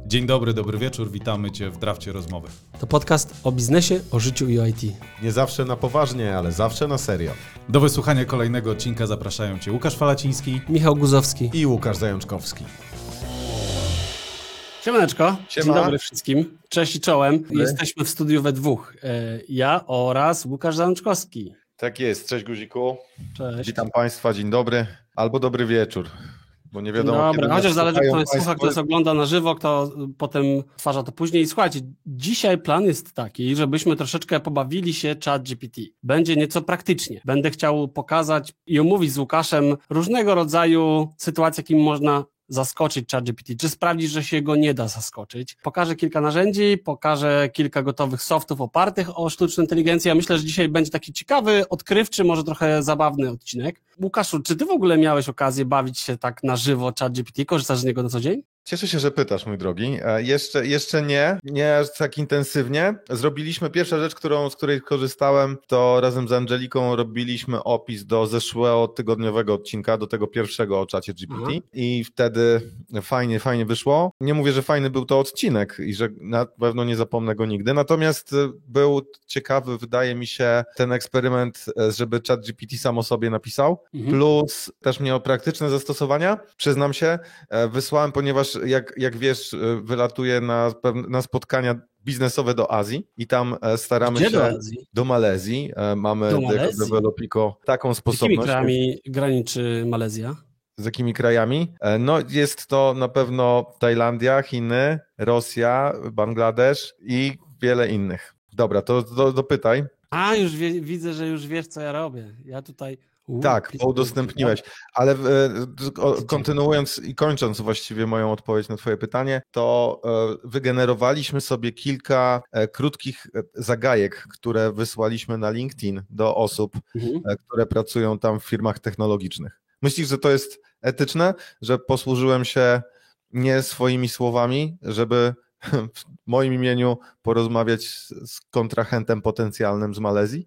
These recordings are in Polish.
Dzień dobry, dobry wieczór, witamy Cię w Drafcie Rozmowy. To podcast o biznesie, o życiu i o IT. Nie zawsze na poważnie, ale zawsze na serio. Do wysłuchania kolejnego odcinka zapraszają Cię Łukasz Falaciński, Michał Guzowski I Łukasz Zajączkowski. Siemaneczko, Siema. Dzień dobry wszystkim, cześć i czołem. Jesteśmy w studiu we dwóch, ja oraz Łukasz Zajączkowski. Tak jest, cześć Guziku. Cześć. Witam Państwa, dzień dobry albo dobry wieczór, bo nie wiadomo Dobra, kiedy chociaż nas zależy, kto słuchają jest słucha, kto jest ogląda na żywo, kto potem stwarza to później. Słuchajcie, dzisiaj plan jest taki, żebyśmy troszeczkę pobawili się ChatGPT. Będzie nieco praktycznie. Będę chciał pokazać i omówić z Łukaszem różnego rodzaju sytuacje, jakimi można zaskoczyć ChatGPT, czy sprawdzić, że się go nie da zaskoczyć. Pokażę kilka narzędzi, pokażę kilka gotowych softów opartych o sztuczną inteligencję. Ja myślę, że dzisiaj będzie taki ciekawy, odkrywczy, może trochę zabawny odcinek. Łukaszu, czy ty w ogóle miałeś okazję bawić się tak na żywo ChatGPT? Korzystasz z niego na co dzień? Cieszę się, że pytasz, mój drogi. Jeszcze nie aż tak intensywnie. Zrobiliśmy pierwsza rzecz, z której korzystałem, to razem z Angeliką robiliśmy opis do zeszłego tygodniowego odcinka, do tego pierwszego o czacie GPT i wtedy fajnie wyszło. Nie mówię, że fajny był to odcinek i że na pewno nie zapomnę go nigdy, natomiast był ciekawy, wydaje mi się, ten eksperyment, żeby ChatGPT sam o sobie napisał, plus też miał praktyczne zastosowania. Przyznam się, wysłałem, ponieważ jak wiesz, wylatuję na spotkania biznesowe do Azji i tam staramy się... Do Azji? Do Malezji. Mamy jako Developico taką sposobność. Z jakimi krajami graniczy Malezja? Z jakimi krajami? No jest to na pewno Tajlandia, Chiny, Rosja, Bangladesz i wiele innych. Dobra, to dopytaj. A, już widzę, że już wiesz, co ja robię. Ja tutaj... Tak, udostępniłeś, ale kontynuując i kończąc właściwie moją odpowiedź na twoje pytanie, to wygenerowaliśmy sobie kilka krótkich zagajek, które wysłaliśmy na LinkedIn do osób, które pracują tam w firmach technologicznych. Myślisz, że to jest etyczne, że posłużyłem się nie swoimi słowami, żeby w moim imieniu porozmawiać z kontrahentem potencjalnym z Malezji?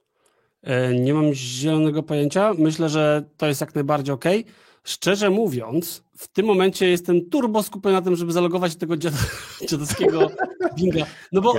Nie mam zielonego pojęcia. Myślę, że to jest jak najbardziej okej. Szczerze mówiąc, w tym momencie jestem turbo skupiony na tym, żeby zalogować się tego dziadowskiego Binga. No bo,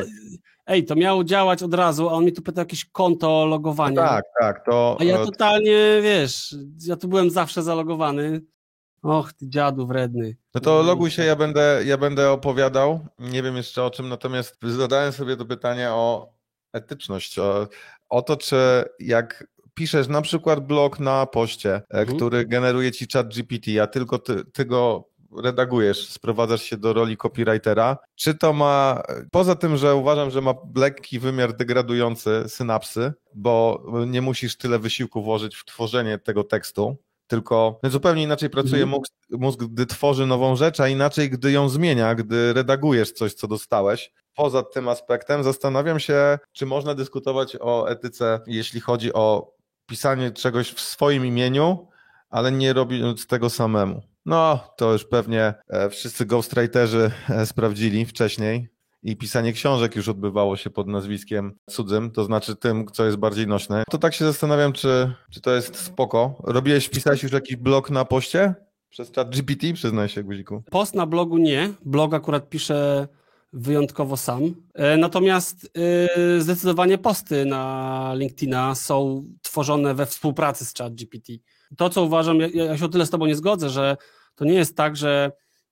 to miało działać od razu, a on mi tu pyta jakieś konto, logowanie. No tak. A ja totalnie, wiesz, ja tu byłem zawsze zalogowany. Och, ty dziadu wredny. No to loguj się, ja będę opowiadał. Nie wiem jeszcze o czym, natomiast zadałem sobie to pytanie o etyczność, o to, czy jak piszesz na przykład blog na poście, który generuje ci ChatGPT, a tylko ty go redagujesz, sprowadzasz się do roli copywritera, czy to ma, poza tym, że uważam, że ma lekki wymiar degradujący synapsy, bo nie musisz tyle wysiłku włożyć w tworzenie tego tekstu, tylko zupełnie inaczej pracuje mózg, gdy tworzy nową rzecz, a inaczej, gdy ją zmienia, gdy redagujesz coś, co dostałeś. Poza tym aspektem zastanawiam się, czy można dyskutować o etyce, jeśli chodzi o pisanie czegoś w swoim imieniu, ale nie robiąc tego samemu. No, to już pewnie wszyscy ghostwriterzy sprawdzili wcześniej i pisanie książek już odbywało się pod nazwiskiem cudzym, to znaczy tym, co jest bardziej nośne. To tak się zastanawiam, czy to jest spoko. Pisałeś już jakiś blog na poście przez ChatGPT? Przyznaj się, Guziku. Post na blogu nie. Blog akurat piszę wyjątkowo sam. Natomiast zdecydowanie posty na LinkedIna są tworzone we współpracy z ChatGPT. To, co uważam, ja się o tyle z tobą nie zgodzę, że to nie jest tak, że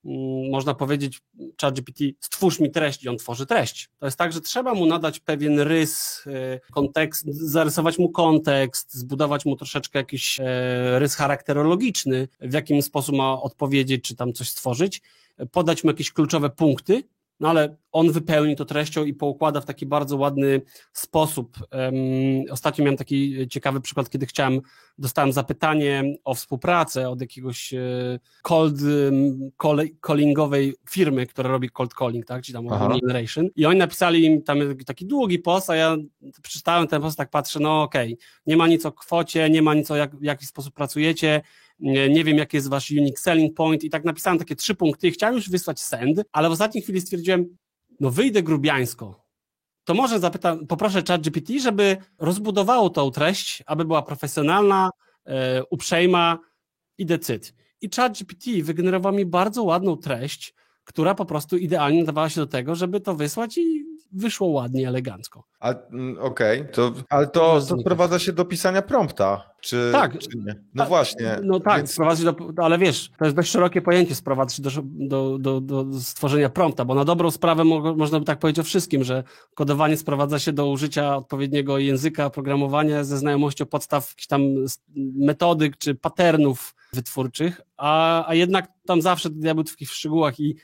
można powiedzieć ChatGPT, stwórz mi treść i on tworzy treść. To jest tak, że trzeba mu nadać pewien rys, kontekst, zarysować mu kontekst, zbudować mu troszeczkę jakiś rys charakterologiczny, w jakim sposób ma odpowiedzieć, czy tam coś stworzyć, podać mu jakieś kluczowe punkty, no ale on wypełni to treścią i poukłada w taki bardzo ładny sposób. Ostatnio miałem taki ciekawy przykład, kiedy dostałem zapytanie o współpracę od jakiegoś cold callingowej firmy, która robi cold calling, tak, czy tam generation, i oni napisali im tam taki długi post, a ja przeczytałem ten post, tak patrzę, no okej, nie ma nic o kwocie, nie ma nic o w jaki sposób pracujecie, nie wiem, jaki jest wasz unique selling point i tak napisałem takie 3 punkty i chciałem już wysłać send, ale w ostatniej chwili stwierdziłem, no wyjdę grubiańsko. To może poproszę ChatGPT, żeby rozbudowało tą treść, aby była profesjonalna, uprzejma i decyd. I ChatGPT wygenerował mi bardzo ładną treść, która po prostu idealnie nadawała się do tego, żeby to wysłać i wyszło ładnie, elegancko. Okej, ale to sprowadza się do pisania prompta, czy, Tak. czy nie? No właśnie. No tak, Więc... ale wiesz, to jest dość szerokie pojęcie, sprowadza się do stworzenia prompta, bo na dobrą sprawę można by tak powiedzieć o wszystkim, że kodowanie sprowadza się do użycia odpowiedniego języka programowania ze znajomością podstaw jakichś tam metodyk czy patternów wytwórczych, a jednak tam zawsze diabeł tkwi w szczegółach i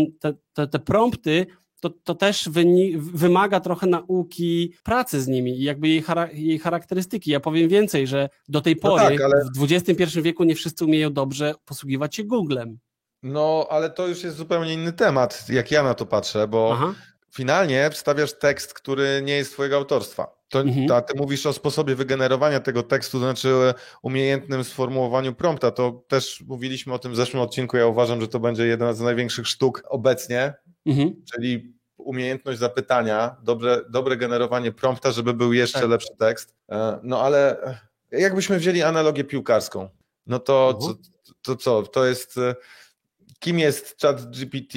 te prompty to też wymaga trochę nauki pracy z nimi i jakby jej charakterystyki. Ja powiem więcej, że do tej pory w XXI wieku nie wszyscy umieją dobrze posługiwać się Googlem. No, ale to już jest zupełnie inny temat, jak ja na to patrzę, bo finalnie wstawiasz tekst, który nie jest twojego autorstwa. Ty mówisz o sposobie wygenerowania tego tekstu, to znaczy umiejętnym sformułowaniu prompta. To też mówiliśmy o tym w zeszłym odcinku. Ja uważam, że to będzie jedna z największych sztuk obecnie, czyli umiejętność zapytania, dobre generowanie prompta, żeby był jeszcze lepszy tekst. No ale jakbyśmy wzięli analogię piłkarską, no to co? To jest... Kim jest ChatGPT?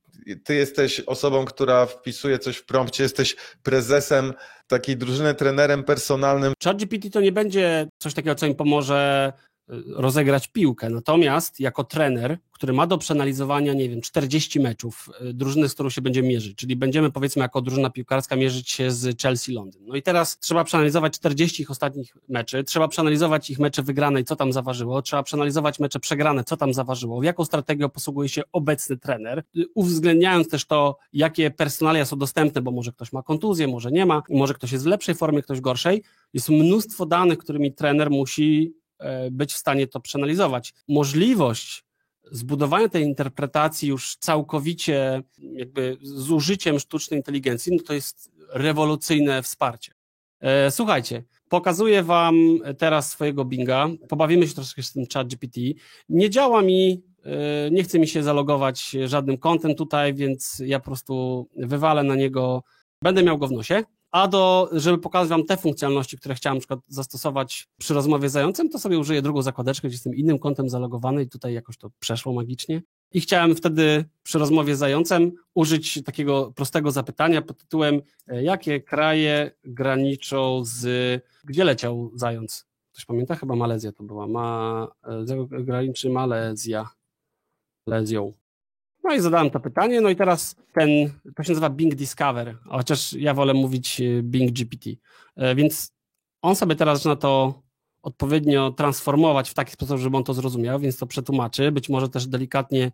Ty jesteś osobą, która wpisuje coś w prompcie, jesteś prezesem takiej drużyny, trenerem personalnym. ChatGPT to nie będzie coś takiego, co im pomoże rozegrać piłkę, natomiast jako trener, który ma do przeanalizowania, 40 meczów drużyny, z którą się będzie mierzyć, czyli będziemy, powiedzmy, jako drużyna piłkarska mierzyć się z Chelsea Londyn. No i teraz trzeba przeanalizować 40 ich ostatnich meczy, trzeba przeanalizować ich mecze wygrane i co tam zaważyło, trzeba przeanalizować mecze przegrane, co tam zaważyło, w jaką strategią posługuje się obecny trener, uwzględniając też to, jakie personalia są dostępne, bo może ktoś ma kontuzję, może nie ma, może ktoś jest w lepszej formie, ktoś gorszej. Jest mnóstwo danych, którymi trener musi być w stanie to przeanalizować. Możliwość zbudowania tej interpretacji już całkowicie jakby z użyciem sztucznej inteligencji, no to jest rewolucyjne wsparcie. Słuchajcie, pokazuję wam teraz swojego Binga, pobawimy się troszkę z tym ChatGPT. Nie działa mi, nie chce mi się zalogować żadnym kontem tutaj, więc ja po prostu wywalę na niego, będę miał go w nosie. Żeby pokazać wam te funkcjonalności, które chciałem na przykład zastosować przy rozmowie z zającem, to sobie użyję drugą zakładeczkę, gdzie jestem innym kontem zalogowany i tutaj jakoś to przeszło magicznie. I chciałem wtedy przy rozmowie z zającem użyć takiego prostego zapytania pod tytułem: jakie kraje graniczą z... Gdzie leciał zając? Ktoś pamięta? Chyba Malezja to była. Graniczy Malezja. Malezją. No i zadałem to pytanie, no i teraz to się nazywa Bing Discover, chociaż ja wolę mówić Bing GPT, więc on sobie teraz zaczyna to odpowiednio transformować w taki sposób, żeby on to zrozumiał, więc to przetłumaczy, być może też delikatnie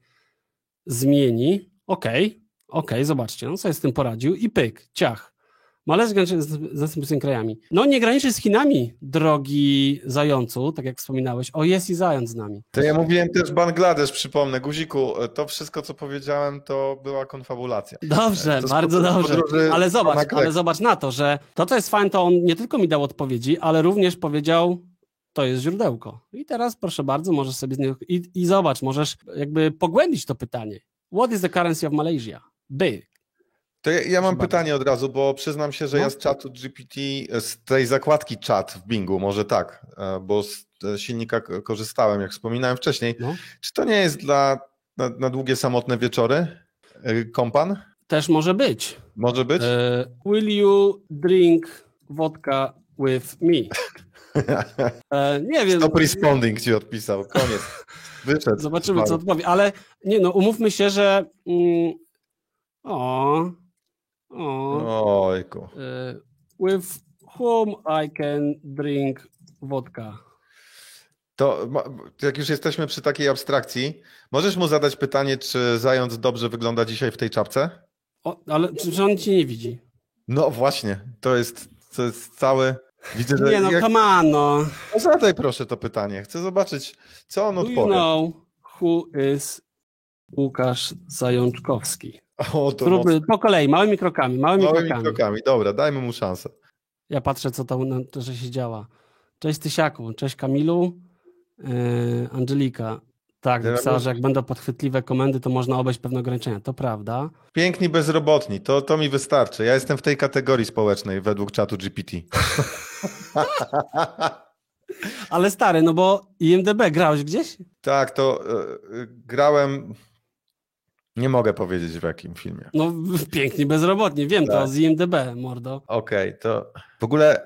zmieni. Okej, zobaczcie, on sobie z tym poradził i pyk, ciach. Malezja graniczy z następnymi krajami. No nie graniczy z Chinami, drogi zającu, tak jak wspominałeś. O, jest i zając z nami. To ja mówiłem też Bangladesz, przypomnę. Guziku, to wszystko, co powiedziałem, to była konfabulacja. Dobrze, bardzo dobrze. Ale zobacz na to, że to, co jest fajne, to on nie tylko mi dał odpowiedzi, ale również powiedział, to jest źródełko. I teraz, proszę bardzo, możesz sobie z niego... I zobacz, możesz jakby pogłębić to pytanie. What is the currency of Malaysia? Big. To ja mam pytanie od razu, bo przyznam się, że ja z czatu GPT, z tej zakładki czat w Bingu, może tak, bo z silnika korzystałem, jak wspominałem wcześniej. No. Czy to nie jest na długie, samotne wieczory kompan? Też może być. Może być? Will you drink vodka with me? Nie wiem. Stop responding ci odpisał, koniec. Wyszedł. Zobaczymy, co odpowie, ale umówmy się, że Ojku. With whom I can drink vodka. To jak już jesteśmy przy takiej abstrakcji, możesz mu zadać pytanie, czy zając dobrze wygląda dzisiaj w tej czapce? Ale czy on ci nie widzi? No właśnie, to jest cały... Widzę, że come on, no. Zadaj proszę to pytanie, chcę zobaczyć, co on odpowie. Do you know who is Łukasz Zajączkowski? Po kolei, małymi krokami. Dobra, dajmy mu szansę. Ja patrzę, co tam że się działa. Cześć Tysiaku, cześć Kamilu, Angelika. Tak, napisała, że jak będą podchwytliwe komendy, to można obejść pewne ograniczenia. To prawda. Piękni bezrobotni, to mi wystarczy. Ja jestem w tej kategorii społecznej według czatu GPT. Ale stary, no bo IMDb grałeś gdzieś? Tak, to grałem... Nie mogę powiedzieć w jakim filmie. No Piękni bezrobotni, wiem, Tak. to z IMDb, mordo. Okej, to w ogóle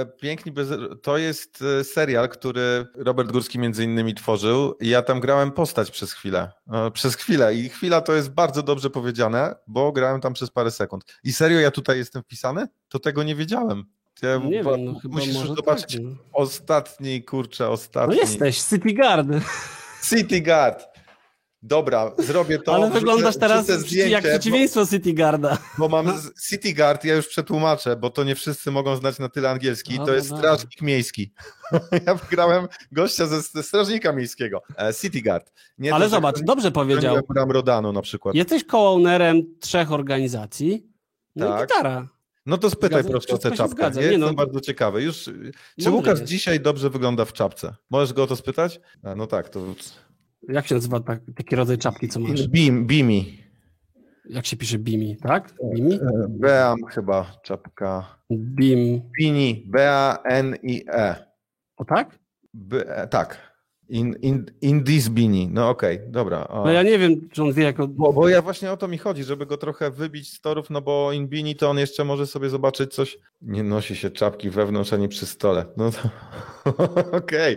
to jest serial, który Robert Górski między innymi tworzył i ja tam grałem postać przez chwilę. Przez chwilę i chwila to jest bardzo dobrze powiedziane, bo grałem tam przez parę sekund. I serio ja tutaj jestem wpisany? To tego nie wiedziałem. Nie wiem, no chyba musisz może zobaczyć tak, no. ostatni. No jesteś, City Guard. City Guard. Dobra, zrobię to. Ale wyglądasz teraz zdjęcie, jak przeciwieństwo City Guarda. Bo mam City Guard, ja już przetłumaczę, bo to nie wszyscy mogą znać na tyle angielski. To jest strażnik miejski. Ja wygrałem gościa ze strażnika miejskiego. City Guard. Nie ale to, zobacz, dobrze powiedział. Rodano na przykład. Jesteś co-ownerem 3 organizacji, no Tak. i gitara. No to spytaj Zgadza, proszę o tę wszystko się czapkę. zgadza. Ja Nie, jestem no. bardzo ciekawy. Czy Mądry Łukasz jest. dzisiaj dobrze wygląda w czapce? Możesz go o to spytać? No tak, to... Jak się nazywa taki rodzaj czapki, co masz? Bimi. Jak się pisze Bimi, tak? Bimi? Beam chyba czapka. Bim. Bini. B-A-N-I-E. O tak? Tak. In this bini. No okej, dobra. No ja nie wiem, czy on wie jako... Bo ja właśnie o to mi chodzi, żeby go trochę wybić z torów, no bo in bini to on jeszcze może sobie zobaczyć coś. Nie nosi się czapki wewnątrz ani przy stole. No to okej.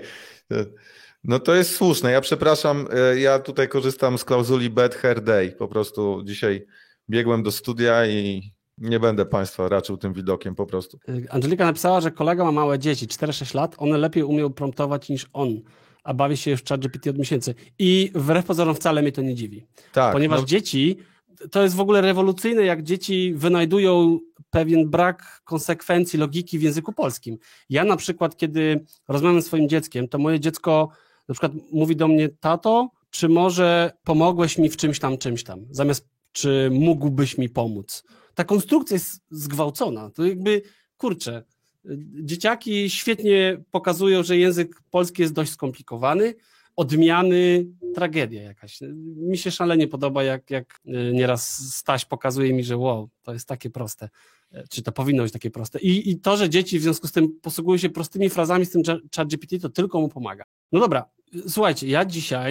No to jest słuszne. Ja przepraszam, ja tutaj korzystam z klauzuli Bad Hair Day. Po prostu dzisiaj biegłem do studia i nie będę Państwa raczył tym widokiem po prostu. Angelika napisała, że kolega ma małe dzieci, 4-6 lat, one lepiej umieją promptować niż on, a bawi się już w ChatGPT od miesięcy. I wbrew pozorom wcale mnie to nie dziwi. Tak, Ponieważ dzieci, to jest w ogóle rewolucyjne, jak dzieci wynajdują pewien brak konsekwencji, logiki w języku polskim. Ja na przykład, kiedy rozmawiam ze swoim dzieckiem, to moje dziecko na przykład mówi do mnie: tato, czy może pomogłeś mi w czymś tam, zamiast czy mógłbyś mi pomóc. Ta konstrukcja jest zgwałcona. To jakby, kurczę, dzieciaki świetnie pokazują, że język polski jest dość skomplikowany, odmiany, tragedia jakaś. Mi się szalenie podoba, jak nieraz Staś pokazuje mi, że wow, to jest takie proste, czy to powinno być takie proste. I to, że dzieci w związku z tym posługują się prostymi frazami z tym ChatGPT, to tylko mu pomaga. No dobra, słuchajcie, ja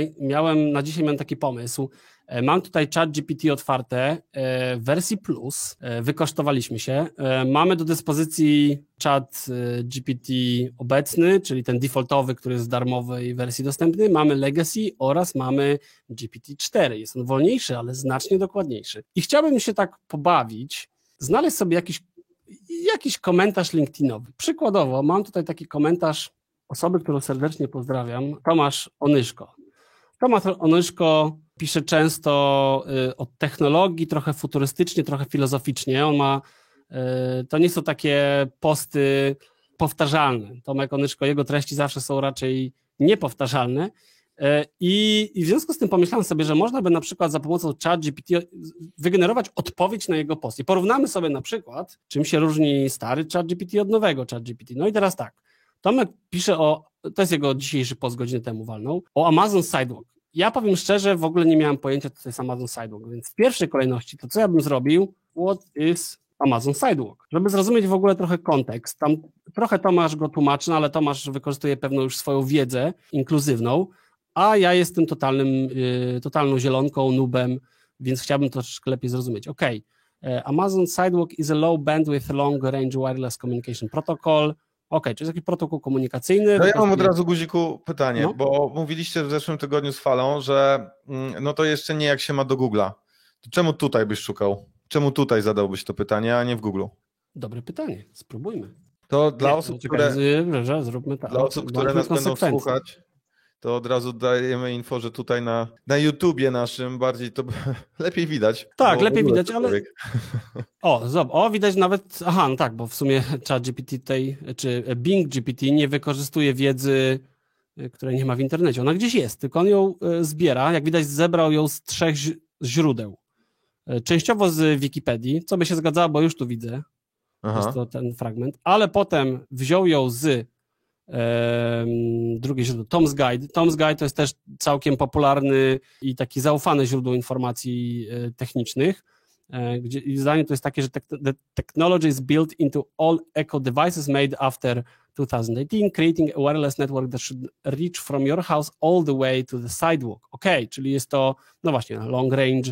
na dzisiaj miałem taki pomysł. Mam tutaj ChatGPT otwarte w wersji Plus, wykosztowaliśmy się. Mamy do dyspozycji ChatGPT obecny, czyli ten defaultowy, który jest w darmowej wersji dostępny. Mamy Legacy oraz mamy GPT-4. Jest on wolniejszy, ale znacznie dokładniejszy. I chciałbym się tak pobawić, znaleźć sobie jakiś komentarz LinkedInowy. Przykładowo mam tutaj taki komentarz osoby, którą serdecznie pozdrawiam, Tomasz Onyszko. Tomasz Onyszko pisze często o technologii, trochę futurystycznie, trochę filozoficznie. To nie są takie posty powtarzalne. Tomek Onyszko, jego treści zawsze są raczej niepowtarzalne. I w związku z tym pomyślałem sobie, że można by na przykład za pomocą ChatGPT wygenerować odpowiedź na jego post. I porównamy sobie na przykład, czym się różni stary ChatGPT od nowego ChatGPT. No i teraz tak, Tomek pisze to jest jego dzisiejszy post, godzinę temu walnął, o Amazon Sidewalk. Ja powiem szczerze, w ogóle nie miałem pojęcia, co to jest Amazon Sidewalk, więc w pierwszej kolejności to co ja bym zrobił, what is Amazon Sidewalk? Żeby zrozumieć w ogóle trochę kontekst. Tam trochę Tomasz go tłumaczy, no ale Tomasz wykorzystuje pewną już swoją wiedzę inkluzywną, a ja jestem totalną zielonką, noobem, więc chciałbym to troszkę lepiej zrozumieć. Okej. Amazon Sidewalk is a low bandwidth long range wireless communication protocol. Okej, czyli jest jakiś protokół komunikacyjny. No ja mam od razu, Guziku, pytanie, No. bo mówiliście w zeszłym tygodniu z Falą, że no to jeszcze nie jak się ma do Google'a. To czemu tutaj byś szukał? Czemu tutaj zadałbyś to pytanie, a nie w Google? Dobre pytanie, spróbujmy. To dla osób, zróbmy tak. dla osób, które nas będą słuchać, to od razu dajemy info, że tutaj na YouTubie naszym bardziej to lepiej widać. Tak, lepiej widać, ale... widać nawet... Aha, no tak, bo w sumie ChatGPT czy Bing GPT nie wykorzystuje wiedzy, której nie ma w internecie. Ona gdzieś jest, tylko on ją zbiera. Jak widać, zebrał ją z 3 źródeł. Częściowo z Wikipedii, co by się zgadzało, bo już tu widzę. Jest to ten fragment. Ale potem wziął ją z drugie źródło, Tom's Guide. Tom's Guide to jest też całkiem popularny i taki zaufane źródło informacji technicznych, gdzie zdanie to jest takie, że the technology is built into all eco devices made after 2018, creating a wireless network that should reach from your house all the way to the sidewalk. Czyli jest to, no właśnie, long range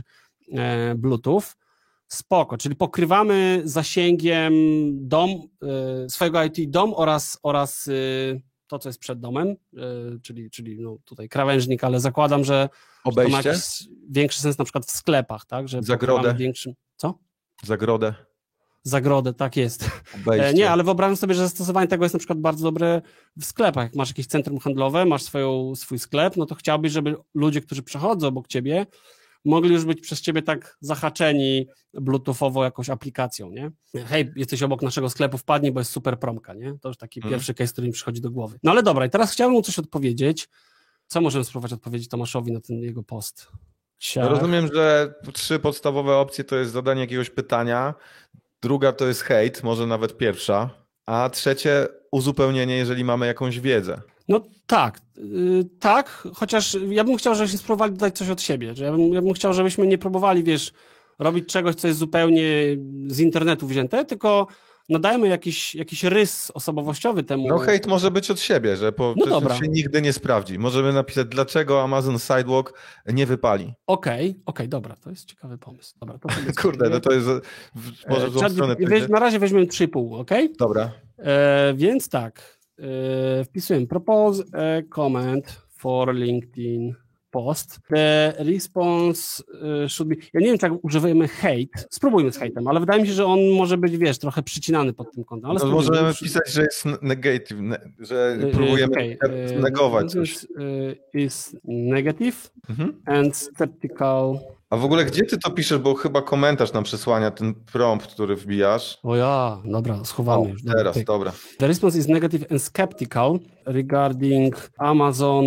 Bluetooth, spoko, czyli pokrywamy zasięgiem swojego IoT dom oraz to, co jest przed domem, czyli no tutaj krawężnik, ale zakładam, że to ma Obejście? jakiś większy sens na przykład w sklepach, tak? Że Zagrodę. Co? Zagrodę. Tak jest. Obejście. Nie, ale wyobrażam sobie, że zastosowanie tego jest na przykład bardzo dobre w sklepach. Jak masz jakieś centrum handlowe, masz swój sklep, no to chciałbyś, żeby ludzie, którzy przechodzą obok ciebie, mogli już być przez ciebie tak zahaczeni bluetoothowo jakąś aplikacją, nie? Hej, jesteś obok naszego sklepu, wpadnij, bo jest super promka, nie? To już taki pierwszy case, który mi przychodzi do głowy. No ale dobra, i teraz chciałbym mu coś odpowiedzieć. Co możemy spróbować odpowiedzieć Tomaszowi na ten jego post? No rozumiem, że 3 podstawowe opcje to jest zadanie jakiegoś pytania, druga to jest hejt, może nawet pierwsza, a trzecie uzupełnienie, jeżeli mamy jakąś wiedzę. No tak, chociaż ja bym chciał, żebyśmy spróbowali dodać coś od siebie, że ja bym chciał, żebyśmy nie próbowali, robić czegoś, co jest zupełnie z internetu wzięte, tylko nadajmy jakiś rys osobowościowy temu. No hejt może być od siebie, że dobra. się nigdy nie sprawdzi. Możemy napisać, dlaczego Amazon Sidewalk nie wypali. Okej, dobra, to jest ciekawy pomysł. Dobra, to Kurde, no to jest może w złą stronę. Na razie weźmiemy 3,5, okej? Dobra. Więc tak, wpisujemy propose a comment for LinkedIn post. The response should be... Ja nie wiem, czy jak używamy hate. Spróbujmy z hate'em, ale wydaje mi się, że on może być, trochę przycinany pod tym kątem. Ale możemy wpisać, że jest negative, że próbujemy negować coś. Is negative and skeptical. A w ogóle gdzie ty to piszesz, bo chyba komentarz nam przysłania ten prompt, który wbijasz. Dobra, schowamy już. Dobra. The response is negative and skeptical regarding Amazon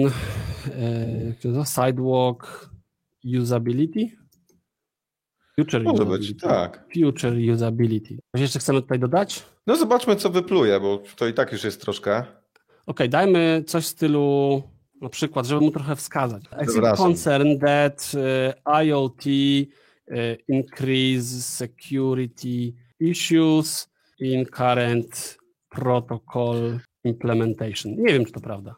Sidewalk usability. Może być, tak. Future usability. Coś jeszcze chcemy tutaj dodać? No zobaczmy, co wypluje, bo to i tak już jest troszkę. Okej, dajmy coś w stylu, na przykład, żeby mu trochę wskazać. I see concern that IoT increase security issues in current protocol implementation. Nie wiem, czy to prawda.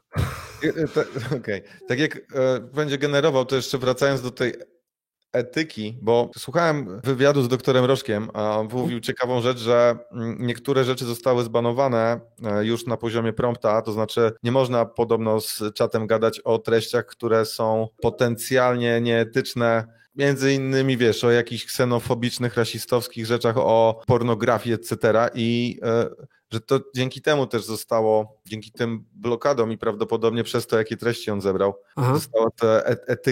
Okej. Tak jak będzie generował, to jeszcze wracając do tej etyki, bo słuchałem wywiadu z doktorem Rożkiem, a on mówił ciekawą rzecz, że niektóre rzeczy zostały zbanowane już na poziomie prompta, to znaczy nie można podobno z czatem gadać o treściach, które są potencjalnie nieetyczne, między innymi o jakichś ksenofobicznych, rasistowskich rzeczach, o pornografii, etc. I że to dzięki temu też zostało, dzięki tym blokadom i prawdopodobnie przez to, jakie treści on zebrał, została ta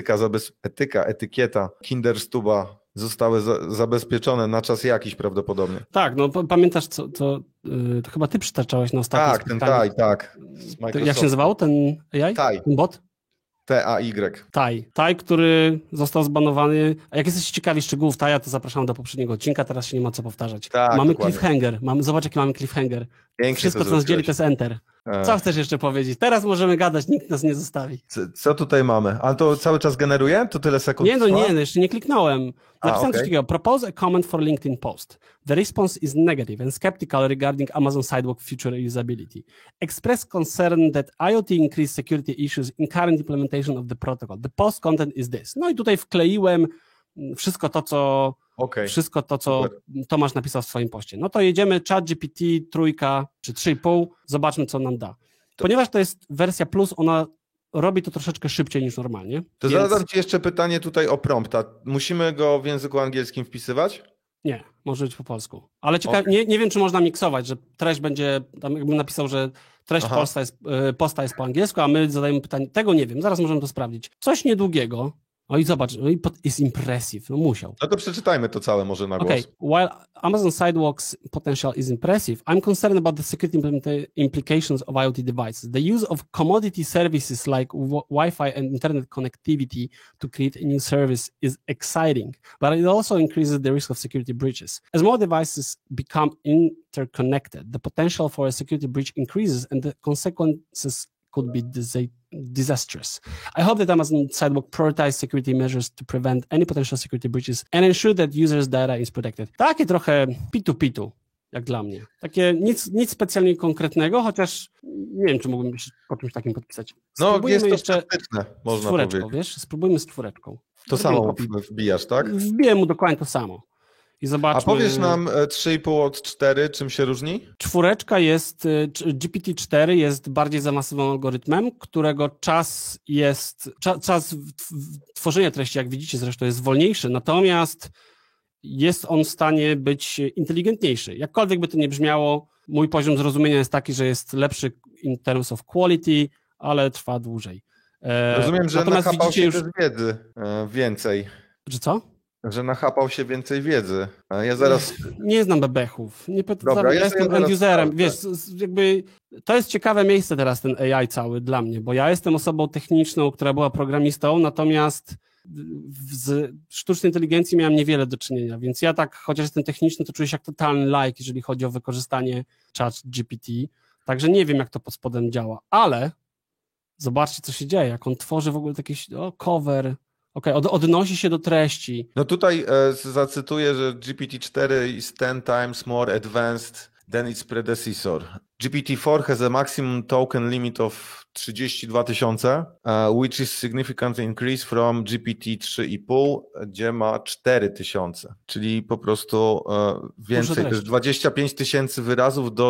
etykieta Kinderstuba zostały zabezpieczone na czas jakiś prawdopodobnie. Tak, no pamiętasz, to chyba ty przytaczałeś na ostatnim spotkaniu. Tak. Jak się nazywał ten AI? Tai. Ten bot? TAY. Tai, który został zbanowany. A jak jesteście ciekawi szczegółów Taja, to zapraszam do poprzedniego odcinka, teraz się nie ma co powtarzać. Tak, mamy dokładnie. Cliffhanger, zobacz jaki mamy cliffhanger. Pięknie. Wszystko, co nas dzieli, to jest Enter. Co chcesz jeszcze powiedzieć? Teraz możemy gadać, nikt nas nie zostawi. Co tutaj mamy? A to cały czas generuje? To tyle sekund Nie, jeszcze nie kliknąłem. Napisałem coś takiego. Propose a comment for LinkedIn post. The response is negative and skeptical regarding Amazon Sidewalk future usability. Express concern that IoT increase security issues in current implementation of the protocol. The post content is this. No i tutaj wkleiłem wszystko to, co Tomasz napisał w swoim poście. No to jedziemy ChatGPT 3 czy 3,5, zobaczmy, co nam da. Ponieważ to jest wersja plus, ona robi to troszeczkę szybciej niż normalnie. To zadam ci jeszcze pytanie tutaj o prompta. Musimy go w języku angielskim wpisywać? Nie, może być po polsku. Ale nie wiem, czy można miksować, że treść będzie, tam jakbym napisał, że treść posta jest po angielsku, a my zadajemy pytanie, tego nie wiem, zaraz możemy to sprawdzić. Coś niedługiego. No i zobacz, jest impressive, no musiał. No to przeczytajmy to całe może na głos. Okay. While Amazon Sidewalk's potential is impressive, I'm concerned about the security implications of IoT devices. The use of commodity services like Wi-Fi and internet connectivity to create a new service is exciting, but it also increases the risk of security breaches. As more devices become interconnected, the potential for a security breach increases and the consequences could be disastrous. I hope that Amazon Sidewalk prioritizes security measures to prevent any potential security breaches and ensure that users' data is protected. Takie trochę pitu, jak dla mnie. Takie nic specjalnie konkretnego, chociaż nie wiem, czy mógłbym się po czymś takim podpisać. No jest to praktyczne, można powiedzieć. Spróbujmy z 4. To samo wbijasz, tak? Wbiję mu dokładnie to samo. I zobaczmy. A powiesz nam 3,5 od 4, czym się różni? Czwóreczka jest, GPT-4 jest bardziej zaawansowanym algorytmem, którego czas tworzenia treści, jak widzicie zresztą, jest wolniejszy, natomiast jest on w stanie być inteligentniejszy. Jakkolwiek by to nie brzmiało, mój poziom zrozumienia jest taki, że jest lepszy in terms of quality, ale trwa dłużej. Rozumiem, że natomiast nachapał widzicie się już... też wiedzy więcej. Że co? Że nachapał się więcej wiedzy. Ja zaraz... Nie znam bebechów. Dobra, ja jestem end-userem. tak. Wiesz, jakby to jest ciekawe miejsce teraz, ten AI cały dla mnie, bo ja jestem osobą techniczną, która była programistą, natomiast z sztucznej inteligencji miałem niewiele do czynienia, więc ja tak, chociaż jestem techniczny, to czuję się jak totalny laik, jeżeli chodzi o wykorzystanie ChatGPT, także nie wiem, jak to pod spodem działa, ale zobaczcie, co się dzieje, jak on tworzy w ogóle taki cover. Okej, odnosi się do treści. No tutaj zacytuję, że GPT-4 is 10 times more advanced than its predecessor. GPT-4 has a maximum token limit of 32 000, which is significant increase from GPT-3,5, gdzie ma 4000, czyli po prostu więcej, też 25 000 wyrazów do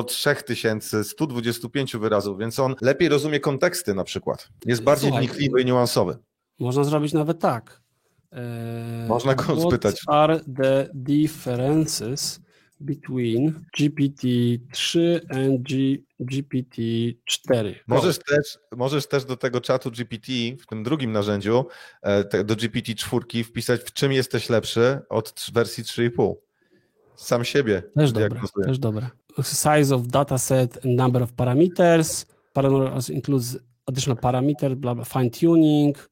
3125 wyrazów, więc on lepiej rozumie konteksty na przykład. Jest bardziej wnikliwy i niuansowy. Można zrobić nawet tak. Można go spytać. What are the differences between GPT-3 and GPT-4? Możesz też do tego czatu GPT w tym drugim narzędziu, do GPT-4 wpisać, w czym jesteś lepszy od wersji 3,5. Sam siebie. Też dobre. Size of dataset and number of parameters. Parameters includes additional parameter, fine tuning.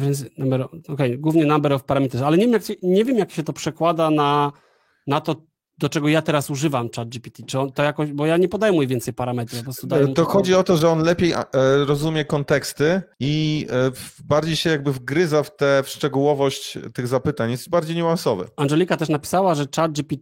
Głównie number of parameters, ale nie wiem, jak się to przekłada na to, do czego ja teraz używam ChatGPT. Czy on to jakoś, bo ja nie podaję mu więcej parametrów. Po prostu daję mu to chodzi o to, że on lepiej rozumie konteksty i bardziej się jakby wgryza w szczegółowość tych zapytań. Jest bardziej niuansowy. Angelika też napisała, że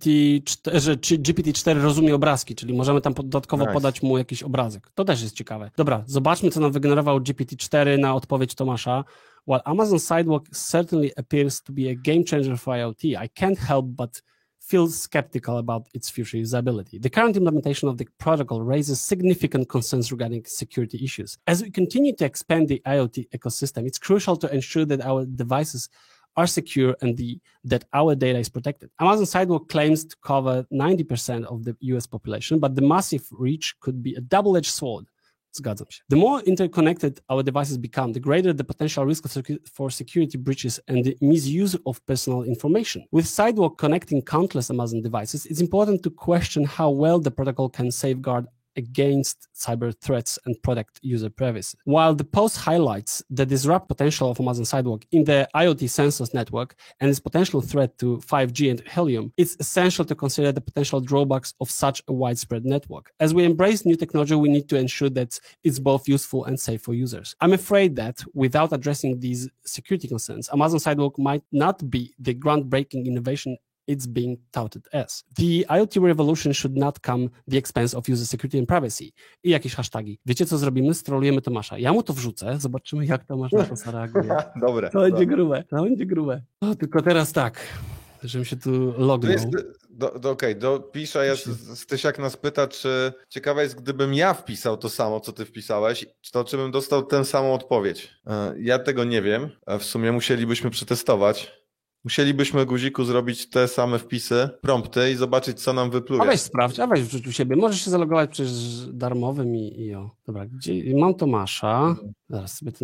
GPT-4 rozumie obrazki, czyli możemy tam dodatkowo podać mu jakiś obrazek. To też jest ciekawe. Dobra, zobaczmy, co nam wygenerował GPT-4 na odpowiedź Tomasza. While Amazon Sidewalk certainly appears to be a game changer for IoT, I can't help but feel skeptical about its future usability. The current implementation of the protocol raises significant concerns regarding security issues. As we continue to expand the IoT ecosystem, it's crucial to ensure that our devices are secure and that our data is protected. Amazon Sidewalk claims to cover 90% of the US population, but the massive reach could be a double-edged sword. Zgadzam się. The more interconnected our devices become, the greater the potential risk for security breaches and the misuse of personal information. With Sidewalk connecting countless Amazon devices, it's important to question how well the protocol can safeguard against cyber threats and protect user privacy. While the post highlights the disrupt potential of Amazon Sidewalk in the IoT sensors network and its potential threat to 5G and Helium, it's essential to consider the potential drawbacks of such a widespread network. As we embrace new technology, we need to ensure that it's both useful and safe for users. I'm afraid that without addressing these security concerns, Amazon Sidewalk might not be the groundbreaking innovation it's being touted as. The IoT revolution should not come at the expense of user security and privacy. I jakieś hasztagi. Wiecie, co zrobimy? Strollujemy Tomasza. Ja mu to wrzucę, zobaczymy, jak Tomasz na to zareaguje. Dobre. To będzie grube. To będzie grube. No, tylko teraz tak, żebym się tu lognął. Okej, dopiszę. Stysiak nas pyta, czy ciekawe jest, gdybym ja wpisał to samo, co ty wpisałeś, czy bym dostał tę samą odpowiedź. Ja tego nie wiem. W sumie musielibyśmy przetestować. Musielibyśmy, Guziku, zrobić te same wpisy, prompty i zobaczyć, co nam wypluje. A weź sprawdź, wrzuć u siebie. Możesz się zalogować przecież darmowym i o. Dobra, gdzie mam Tomasza. Zaraz sobie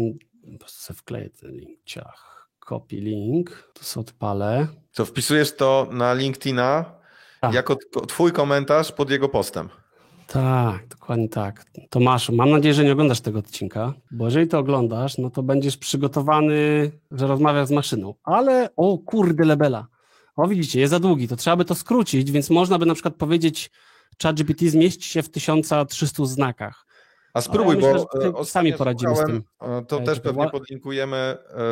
wkleję ten link. Copy link. To sobie odpalę. Co, wpisujesz to na LinkedIna jako twój komentarz pod jego postem. Tak, dokładnie tak. Tomaszu, mam nadzieję, że nie oglądasz tego odcinka, bo jeżeli to oglądasz, no to będziesz przygotowany, że rozmawiasz z maszyną. Ale, o kurde lebela. O widzicie, jest za długi, to trzeba by to skrócić, więc można by na przykład powiedzieć, ChatGPT zmieści się w 1300 znakach. A spróbuj, myślę, bo sami poradzimy z tym. To też pewnie podlinkujemy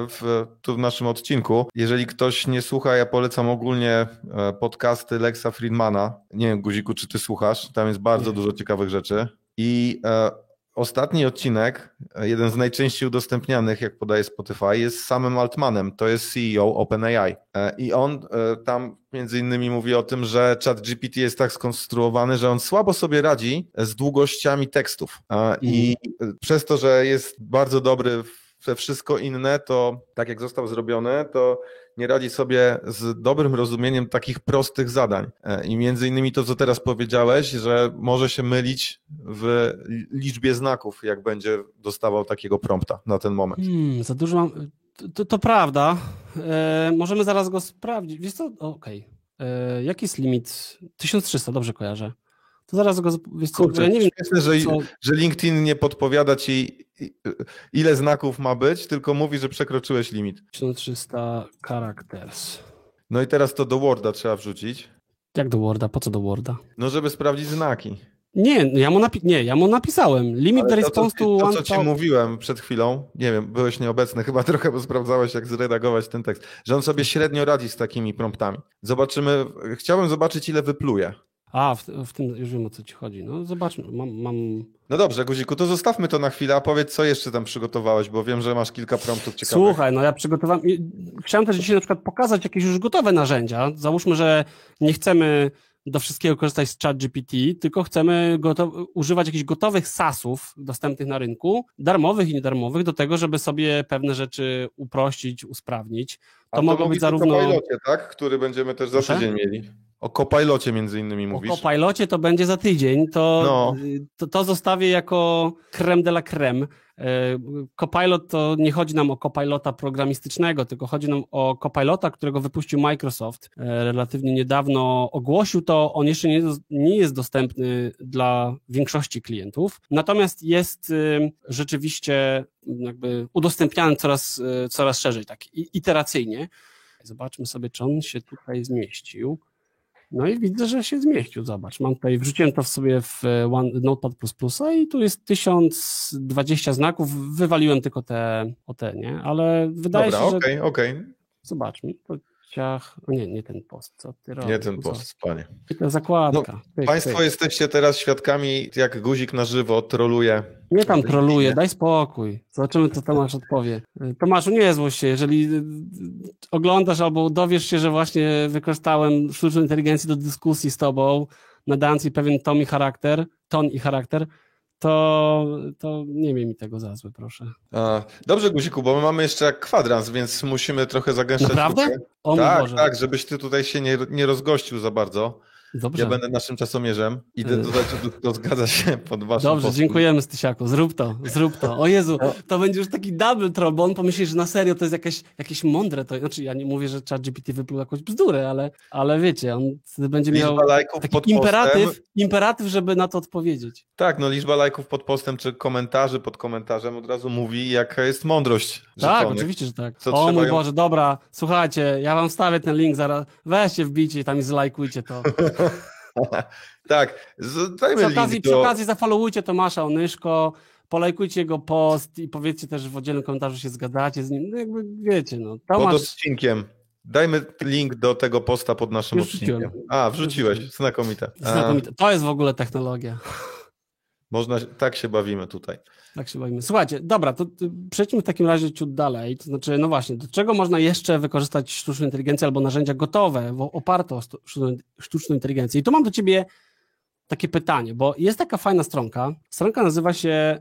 tu w naszym odcinku. Jeżeli ktoś nie słucha, ja polecam ogólnie podcasty Lexa Friedmana. Nie wiem, Guziku, czy ty słuchasz? Tam jest bardzo dużo ciekawych rzeczy. I ostatni odcinek, jeden z najczęściej udostępnianych, jak podaje Spotify, jest z samym Altmanem, to jest CEO OpenAI. I on tam między innymi mówi o tym, że ChatGPT jest tak skonstruowany, że on słabo sobie radzi z długościami tekstów. I przez to, że jest bardzo dobry we wszystko inne, to tak jak został zrobiony, to nie radzi sobie z dobrym rozumieniem takich prostych zadań. I między innymi to, co teraz powiedziałeś, że może się mylić w liczbie znaków, jak będzie dostawał takiego prompta na ten moment. Za dużo mam... To prawda. Możemy zaraz go sprawdzić. Wiesz co? Okej. Jaki jest limit? 1300, dobrze kojarzę. To zaraz go... Wiesz co? Kurczę, Ja nie wiem, śmieszne, co... że LinkedIn nie podpowiada ci, ile znaków ma być, tylko mówi, że przekroczyłeś limit. 1300 characters. No i teraz to do Worda trzeba wrzucić. Jak do Worda? Po co do Worda? No, żeby sprawdzić znaki. Nie, ja mu napisałem. Limit Ale the response to to, one... co ci mówiłem przed chwilą, nie wiem, byłeś nieobecny chyba trochę, bo sprawdzałeś, jak zredagować ten tekst, że on sobie średnio radzi z takimi promptami. Zobaczymy, chciałbym zobaczyć, ile wypluje. W tym już wiem, o co ci chodzi. No zobaczmy, mam... No dobrze, Guziku, to zostawmy to na chwilę, a powiedz, co jeszcze tam przygotowałeś, bo wiem, że masz kilka promptów ciekawych. Słuchaj, no ja przygotowałem... Chciałem też dzisiaj na przykład pokazać jakieś już gotowe narzędzia. Załóżmy, że nie chcemy do wszystkiego korzystać z ChatGPT, tylko chcemy używać jakichś gotowych SaaS-ów dostępnych na rynku, darmowych i niedarmowych, do tego, żeby sobie pewne rzeczy uprościć, usprawnić. To mogą być zarówno... O Copilocie, tak? Który będziemy też za tydzień mieli. O Copilocie między innymi mówisz. O Copilocie to będzie za tydzień, to zostawię jako creme de la creme. Copilot to nie chodzi nam o Copilota programistycznego, tylko chodzi nam o Copilota, którego wypuścił Microsoft relatywnie niedawno. Ogłosił to, on jeszcze nie jest dostępny dla większości klientów, natomiast jest rzeczywiście jakby udostępniany coraz szerzej, tak iteracyjnie. Zobaczmy sobie, czy on się tutaj zmieścił. No i widzę, że się zmieścił, zobacz. Wrzuciłem to sobie w Notepad++ i tu jest 1020 znaków, wywaliłem tylko te, nie? Ale wydaje się, że... Okej. Zobaczmy, to nie ten post, co ty robisz? Nie ten post, panie. To zakładka. Państwo jesteście teraz świadkami, jak Guzik na żywo troluje. Nie tam troluje, daj spokój. Zobaczymy, co Tomasz odpowie. Tomaszu, nie złość się, jeżeli oglądasz albo dowiesz się, że właśnie wykorzystałem sztuczną inteligencję do dyskusji z tobą, nadając jej pewien ton i charakter, to nie miej mi tego za złe, proszę. Dobrze, Guziku, bo my mamy jeszcze jak kwadrans, więc musimy trochę zagęszczać. Naprawdę? O mój Boże. Tak, żebyś ty tutaj się nie rozgościł za bardzo. Dobrze. Ja będę naszym czasomierzem. Idę dodać, to zgadza się pod waszym Dobrze, postem. dziękujemy, Stysiaku. Zrób to. O Jezu, to będzie już taki double troll, bo on pomyśli, że na serio to jest jakieś mądre. Znaczy, ja nie mówię, że ChatGPT wypluł jakąś bzdurę, ale wiecie, on będzie miał taki imperatyw, żeby na to odpowiedzieć. Tak, no liczba lajków pod postem, czy komentarzy pod komentarzem od razu mówi, jaka jest mądrość Tak, żetonych. oczywiście, że tak. O mój Boże, dobra, słuchajcie, ja wam wstawię ten link zaraz, weźcie, wbijcie tam i zlajkujcie to. Tak, dajmy przy okazji zafollowujcie Tomasza Onyszko, polajkujcie jego post i powiedzcie też w oddzielnym komentarzu, się zgadzacie z nim. No jakby wiecie, no. Tomasz... Pod odcinkiem. Dajmy link do tego posta pod naszym odcinkiem. Wrzuciłeś. Znakomite. To jest w ogóle technologia. Tak się bawimy tutaj. Tak się bawimy. Słuchajcie, dobra, to przejdźmy w takim razie ciut dalej. To znaczy, no właśnie, do czego można jeszcze wykorzystać sztuczną inteligencję albo narzędzia gotowe, oparte o sztuczną inteligencję? I tu mam do ciebie takie pytanie, bo jest taka fajna stronka. Stronka nazywa się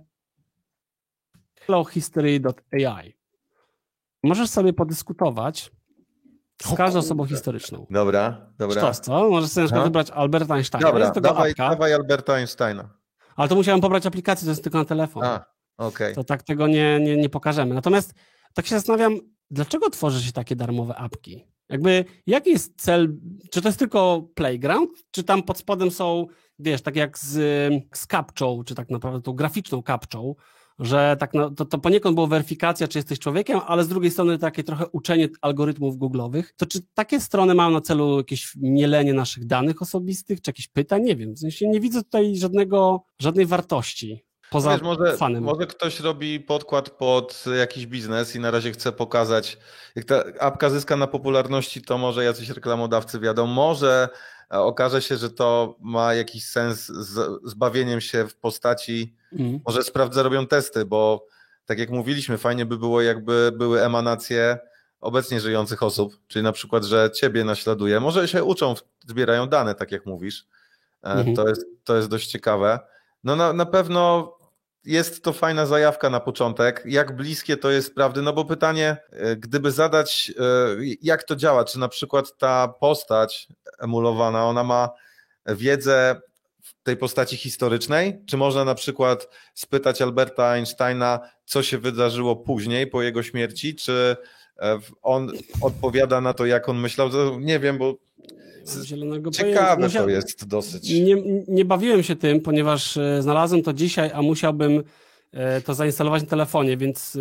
hellohistory.ai. Możesz sobie podyskutować z każdą osobą historyczną. Dobra. Sztos, co? Możesz sobie na przykład wybrać Alberta Einsteina. Dobra, dawaj Alberta Einsteina. Ale to musiałem pobrać aplikację, to jest tylko na telefon. Okej. To tak tego nie pokażemy. Natomiast tak się zastanawiam, dlaczego tworzy się takie darmowe apki? Jakby, jaki jest cel? Czy to jest tylko playground? Czy tam pod spodem są, wiesz, tak jak z captchą, czy tak naprawdę tą graficzną captchą, że tak to poniekąd było weryfikacja, czy jesteś człowiekiem, ale z drugiej strony takie trochę uczenie algorytmów googlowych. To czy takie strony mają na celu jakieś mielenie naszych danych osobistych, czy jakieś pytań? Nie wiem. W sensie nie widzę tutaj żadnej wartości. Poza fanem. Może ktoś robi podkład pod jakiś biznes i na razie chce pokazać, jak ta apka zyska na popularności, to może jacyś reklamodawcy wiadomo, może okaże się, że to ma jakiś sens z bawieniem się w postaci, może sprawdzę, robią testy, bo tak jak mówiliśmy, fajnie by było, jakby były emanacje obecnie żyjących osób, czyli na przykład, że ciebie naśladuje, może się uczą, zbierają dane, tak jak mówisz, to jest dość ciekawe. No na pewno jest to fajna zajawka na początek. Jak bliskie to jest prawdy? No bo pytanie, gdyby zadać, jak to działa, czy na przykład ta postać emulowana, ona ma wiedzę w tej postaci historycznej, czy można na przykład spytać Alberta Einsteina, co się wydarzyło później, po jego śmierci, czy on odpowiada na to, jak on myślał? Nie wiem, bo ciekawe to jest dosyć. Nie bawiłem się tym, ponieważ znalazłem to dzisiaj, a musiałbym to zainstalować na telefonie, więc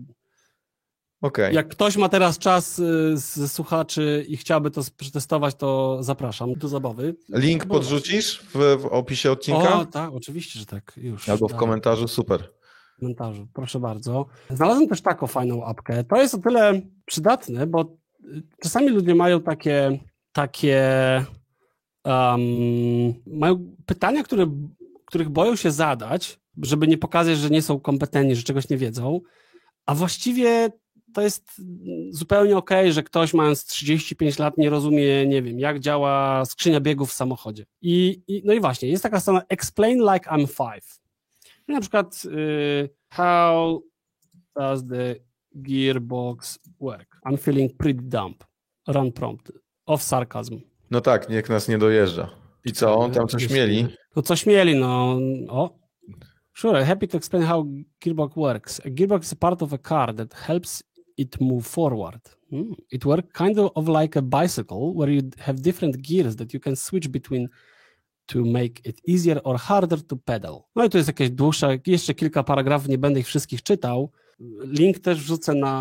jak ktoś ma teraz czas z słuchaczy i chciałby to przetestować, to zapraszam do zabawy. Link podrzucisz w opisie odcinka? O, tak, oczywiście, że tak. Już. Albo w komentarzu, super. W komentarzu, proszę bardzo. Znalazłem też taką fajną apkę. To jest o tyle przydatne, bo czasami ludzie mają takie mają pytania, których boją się zadać, żeby nie pokazać, że nie są kompetentni, że czegoś nie wiedzą, a właściwie to jest zupełnie okej, że ktoś mając 35 lat nie rozumie, nie wiem, jak działa skrzynia biegów w samochodzie. No i właśnie, jest taka strona Explain Like I'm 5. Na przykład how does the gearbox work? I'm feeling pretty dumb. Run prompt. Of sarcasm. No tak, niech nas nie dojeżdża. I co, on tam coś mieli? No coś mieli, no. Sure, happy to explain how gearbox works. A gearbox is a part of a car that helps it move forward. It works kind of like a bicycle, where you have different gears that you can switch between to make it easier or harder to pedal. No i tu jest jakieś dłuższe, jeszcze kilka paragrafów, nie będę ich wszystkich czytał. Link też wrzucę na...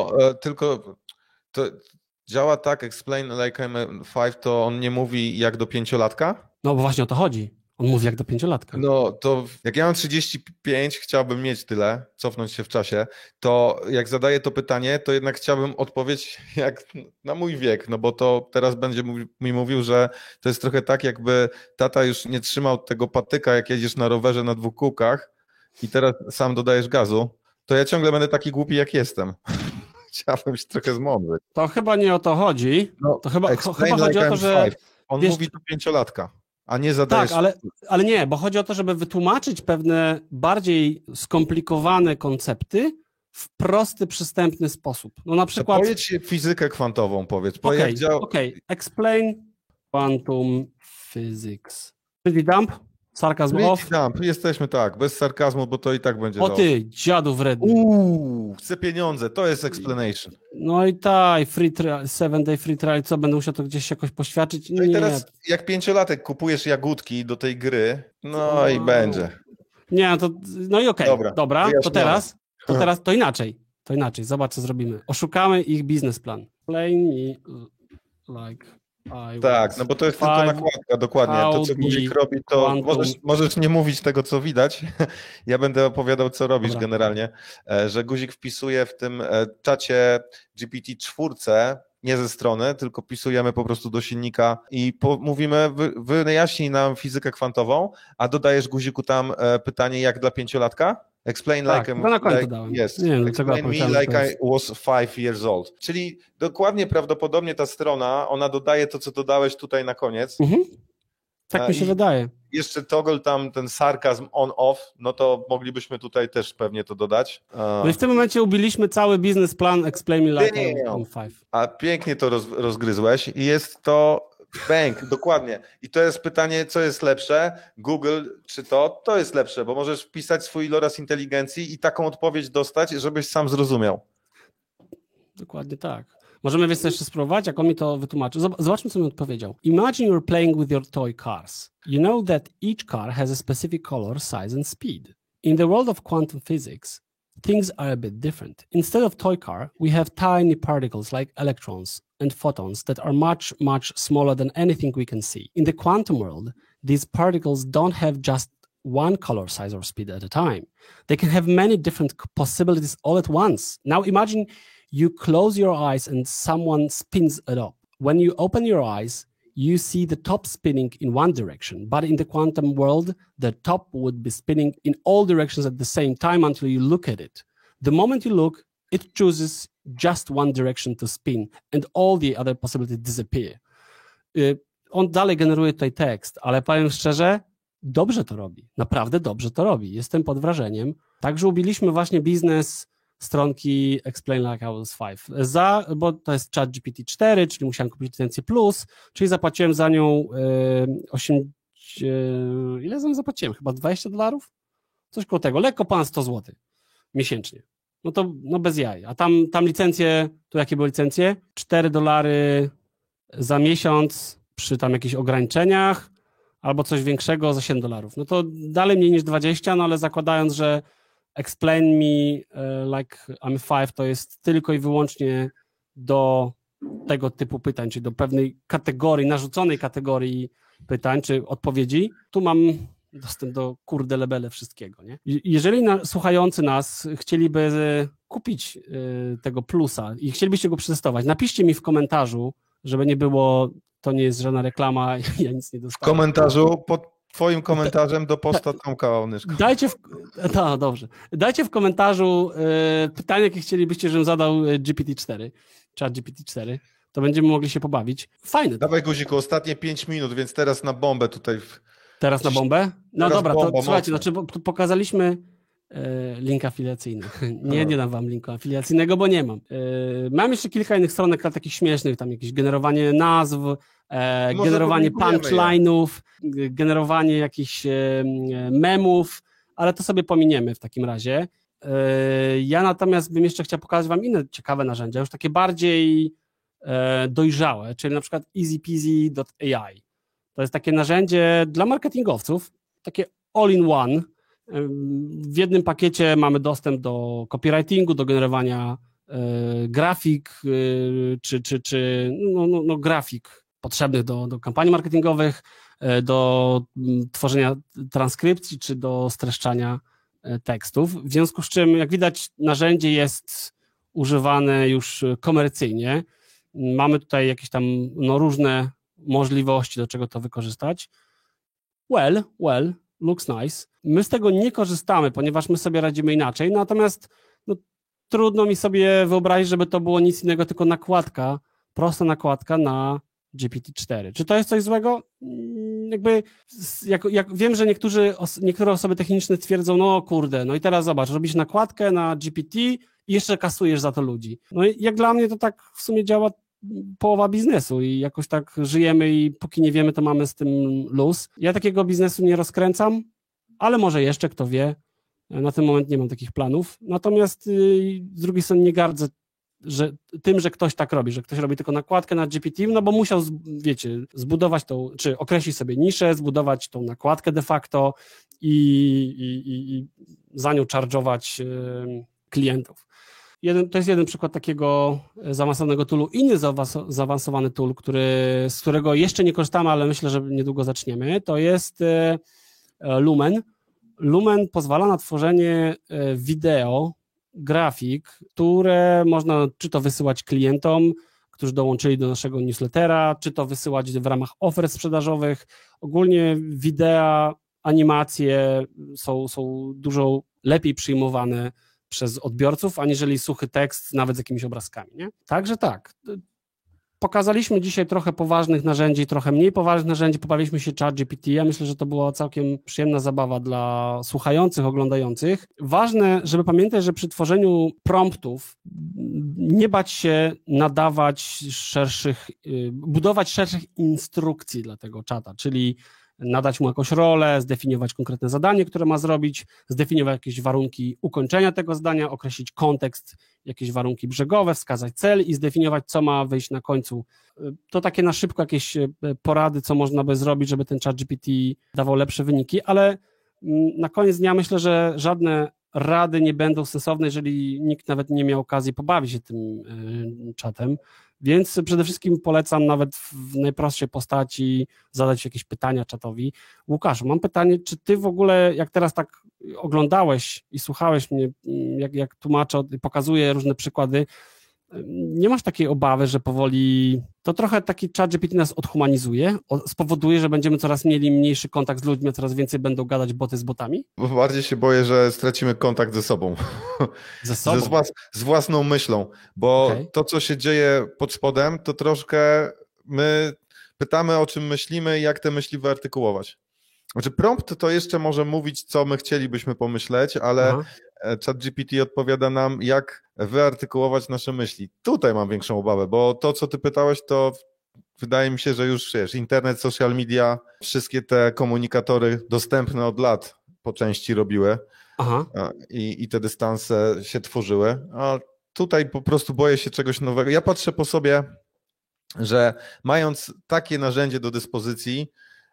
Tylko to działa tak, Explain Like I'm 5, to on nie mówi jak do 5-latka? No bo właśnie o to chodzi. On mówi jak do 5-latka. No to jak ja mam 35, chciałbym mieć tyle, cofnąć się w czasie, to jak zadaję to pytanie, to jednak chciałbym odpowiedź jak na mój wiek, no bo to teraz będzie mi mówił, że to jest trochę tak, jakby tata już nie trzymał tego patyka, jak jedziesz na rowerze na 2 kółkach i teraz sam dodajesz gazu, to ja ciągle będę taki głupi, jak jestem. Chciałbym się trochę zmądrzyć. To chyba nie o to chodzi. No, to chyba chodzi o to, że... On mówi do 5-latka. A nie zadajesz... Tak, ale nie, bo chodzi o to, żeby wytłumaczyć pewne bardziej skomplikowane koncepty w prosty, przystępny sposób. No na przykład... Powiedz fizykę kwantową, powiedz. Okej. Explain quantum physics. Pretty dumb? Sarkazm off? Dump. Jesteśmy tak, bez sarkazmu, bo to i tak będzie dobrze. Ty, dziadu wredny. Chcę pieniądze, to jest explanation. No i tak, free trial, 7-day free trial, co, będę musiał to gdzieś jakoś poświadczyć? No i teraz jak 5-latek kupujesz jagódki do tej gry, no i będzie. Nie, no i okej, dobra, to inaczej, zobacz co zrobimy. Oszukamy ich biznesplan. Play me like... Tak, no bo to jest tylko nakładka, dokładnie. To, co Guzik robi, to możesz nie mówić tego, co widać. Ja będę opowiadał, co robisz generalnie. Że Guzik wpisuje w tym czacie GPT-4, nie ze strony, tylko pisujemy po prostu do silnika i mówimy, wyjaśnij nam fizykę kwantową, a dodajesz Guziku tam pytanie, jak dla 5-latka? Explain tak, like na końcu dałem. Yes. Explain me like I was 5 years old. Czyli dokładnie prawdopodobnie ta strona, ona dodaje to, co dodałeś tutaj na koniec. Tak mi się wydaje. Jeszcze toggle tam, ten sarkazm on-off, no to moglibyśmy tutaj też pewnie to dodać. No i w tym momencie ubiliśmy cały biznesplan Explain me like I'm 5. A pięknie to rozgryzłeś i jest to... Bank, dokładnie. I to jest pytanie, co jest lepsze? Google czy to jest lepsze, bo możesz wpisać swój iloraz inteligencji i taką odpowiedź dostać, żebyś sam zrozumiał. Dokładnie tak. Możemy więc jeszcze spróbować, jak on mi to wytłumaczy. Zobaczmy, co mi odpowiedział. Imagine you're playing with your toy cars. You know that each car has a specific color, size and speed. In the world of quantum physics, things are a bit different. Instead of toy car, we have tiny particles like electrons and photons that are much, much smaller than anything we can see. In the quantum world, these particles don't have just one color, size, or speed at a time. They can have many different possibilities all at once. Now imagine you close your eyes and someone spins it up. When you open your eyes, you see the top spinning in one direction, but in the quantum world, the top would be spinning in all directions at the same time until you look at it. The moment you look, it chooses just one direction to spin and all the other possibilities disappear. On dalej generuje tutaj tekst, ale powiem szczerze, dobrze to robi, naprawdę dobrze to robi. Jestem pod wrażeniem. Także ubiliśmy właśnie biznes stronki Explain Like I Was 5, bo to jest ChatGPT 4, czyli musiałem kupić licencję Plus, czyli zapłaciłem za nią ile za nią zapłaciłem? Chyba $20? Coś koło tego, lekko ponad 100 zł miesięcznie. No to bez jaj. A tam licencje, to jakie były licencje? $4 za miesiąc przy tam jakichś ograniczeniach, albo coś większego za $7. No to dalej mniej niż 20, no ale zakładając, że Explain Me Like I'm 5 to jest tylko i wyłącznie do tego typu pytań, czy do pewnej kategorii, narzuconej kategorii pytań, czy odpowiedzi, tu mam dostęp do lebele wszystkiego, nie? Jeżeli słuchający nas chcieliby kupić tego plusa i chcielibyście go przetestować, napiszcie mi w komentarzu, żeby nie było, to nie jest żadna reklama, ja nic nie dostałem. W komentarzu, pod twoim komentarzem do posta Tomka Onyszka. Dajcie w komentarzu pytanie, jakie chcielibyście, żebym zadał GPT-4, ChatGPT-4, to będziemy mogli się pobawić. Fajne. Dawaj guziku, ostatnie 5 minut, więc teraz na bombę tutaj. Teraz na bombę? No dobra, to bomba, słuchajcie, pokazaliśmy link afiliacyjny. Nie dam wam linku afiliacyjnego, bo nie mam. Mam jeszcze kilka innych stronek takich śmiesznych, tam jakieś generowanie nazw, generowanie punchline'ów, generowanie jakichś memów, ale to sobie pominiemy w takim razie. Ja natomiast bym jeszcze chciał pokazać wam inne ciekawe narzędzia, już takie bardziej dojrzałe, czyli na przykład easypeasy.ai. To jest takie narzędzie dla marketingowców, takie all-in-one. W jednym pakiecie mamy dostęp do copywritingu, do generowania grafik, czy grafik potrzebnych do kampanii marketingowych, do tworzenia transkrypcji, czy do streszczania tekstów. W związku z czym, jak widać, narzędzie jest używane już komercyjnie. Mamy tutaj jakieś tam różne możliwości, do czego to wykorzystać. Well, looks nice. My z tego nie korzystamy, ponieważ my sobie radzimy inaczej, natomiast trudno mi sobie wyobrazić, żeby to było nic innego, tylko nakładka, prosta nakładka na GPT-4. Czy to jest coś złego? Jak wiem, że niektóre osoby techniczne twierdzą, no kurde, no i teraz zobacz, robisz nakładkę na GPT i jeszcze kasujesz za to ludzi. No i jak dla mnie to tak w sumie działa połowa biznesu i jakoś tak żyjemy i póki nie wiemy, to mamy z tym luz. Ja takiego biznesu nie rozkręcam, ale może jeszcze, kto wie. Na ten moment nie mam takich planów. Natomiast z drugiej strony nie gardzę że ktoś tak robi, że ktoś robi tylko nakładkę na GPT, no bo musiał, zbudować tą, czy określić sobie niszę, zbudować tą nakładkę de facto i za nią charge'ować klientów. To jest jeden przykład takiego zaawansowanego toolu. Inny zaawansowany tool, z którego jeszcze nie korzystamy, ale myślę, że niedługo zaczniemy, to jest Lumen. Lumen pozwala na tworzenie wideo, grafik, które można czy to wysyłać klientom, którzy dołączyli do naszego newslettera, czy to wysyłać w ramach ofert sprzedażowych. Ogólnie wideo, animacje są dużo lepiej przyjmowane przez odbiorców, aniżeli suchy tekst, nawet z jakimiś obrazkami. Nie? Także tak, pokazaliśmy dzisiaj trochę poważnych narzędzi, trochę mniej poważnych narzędzi, pobawiliśmy się ChatGPT. Ja myślę, że to była całkiem przyjemna zabawa dla słuchających, oglądających. Ważne, żeby pamiętać, że przy tworzeniu promptów nie bać się budować szerszych instrukcji dla tego czata, czyli nadać mu jakąś rolę, zdefiniować konkretne zadanie, które ma zrobić, zdefiniować jakieś warunki ukończenia tego zadania, określić kontekst, jakieś warunki brzegowe, wskazać cel i zdefiniować, co ma wyjść na końcu. To takie na szybko jakieś porady, co można by zrobić, żeby ten ChatGPT dawał lepsze wyniki, ale na koniec dnia myślę, że żadne rady nie będą sensowne, jeżeli nikt nawet nie miał okazji pobawić się tym czatem. Więc przede wszystkim polecam nawet w najprostszej postaci zadać jakieś pytania czatowi. Łukaszu, mam pytanie, czy ty w ogóle, jak teraz tak oglądałeś i słuchałeś mnie, jak tłumaczę, pokazuję różne przykłady, nie masz takiej obawy, że powoli to trochę taki ChatGPT nas odhumanizuje, spowoduje, że będziemy coraz mieli mniejszy kontakt z ludźmi, a coraz więcej będą gadać boty z botami? Bo bardziej się boję, że stracimy kontakt ze sobą. Ze sobą? Z własną myślą, bo Okej. to, co się dzieje pod spodem, to troszkę my pytamy, o czym myślimy i jak te myśli wyartykułować. Znaczy prompt to jeszcze może mówić, co my chcielibyśmy pomyśleć, ale Aha. ChatGPT odpowiada nam, jak wyartykułować nasze myśli. Tutaj mam większą obawę, bo to, co ty pytałeś, to wydaje mi się, że już wiesz, internet, social media, wszystkie te komunikatory dostępne od lat po części robiły Aha. i te dystanse się tworzyły, a tutaj po prostu boję się czegoś nowego. Ja patrzę po sobie, że mając takie narzędzie do dyspozycji,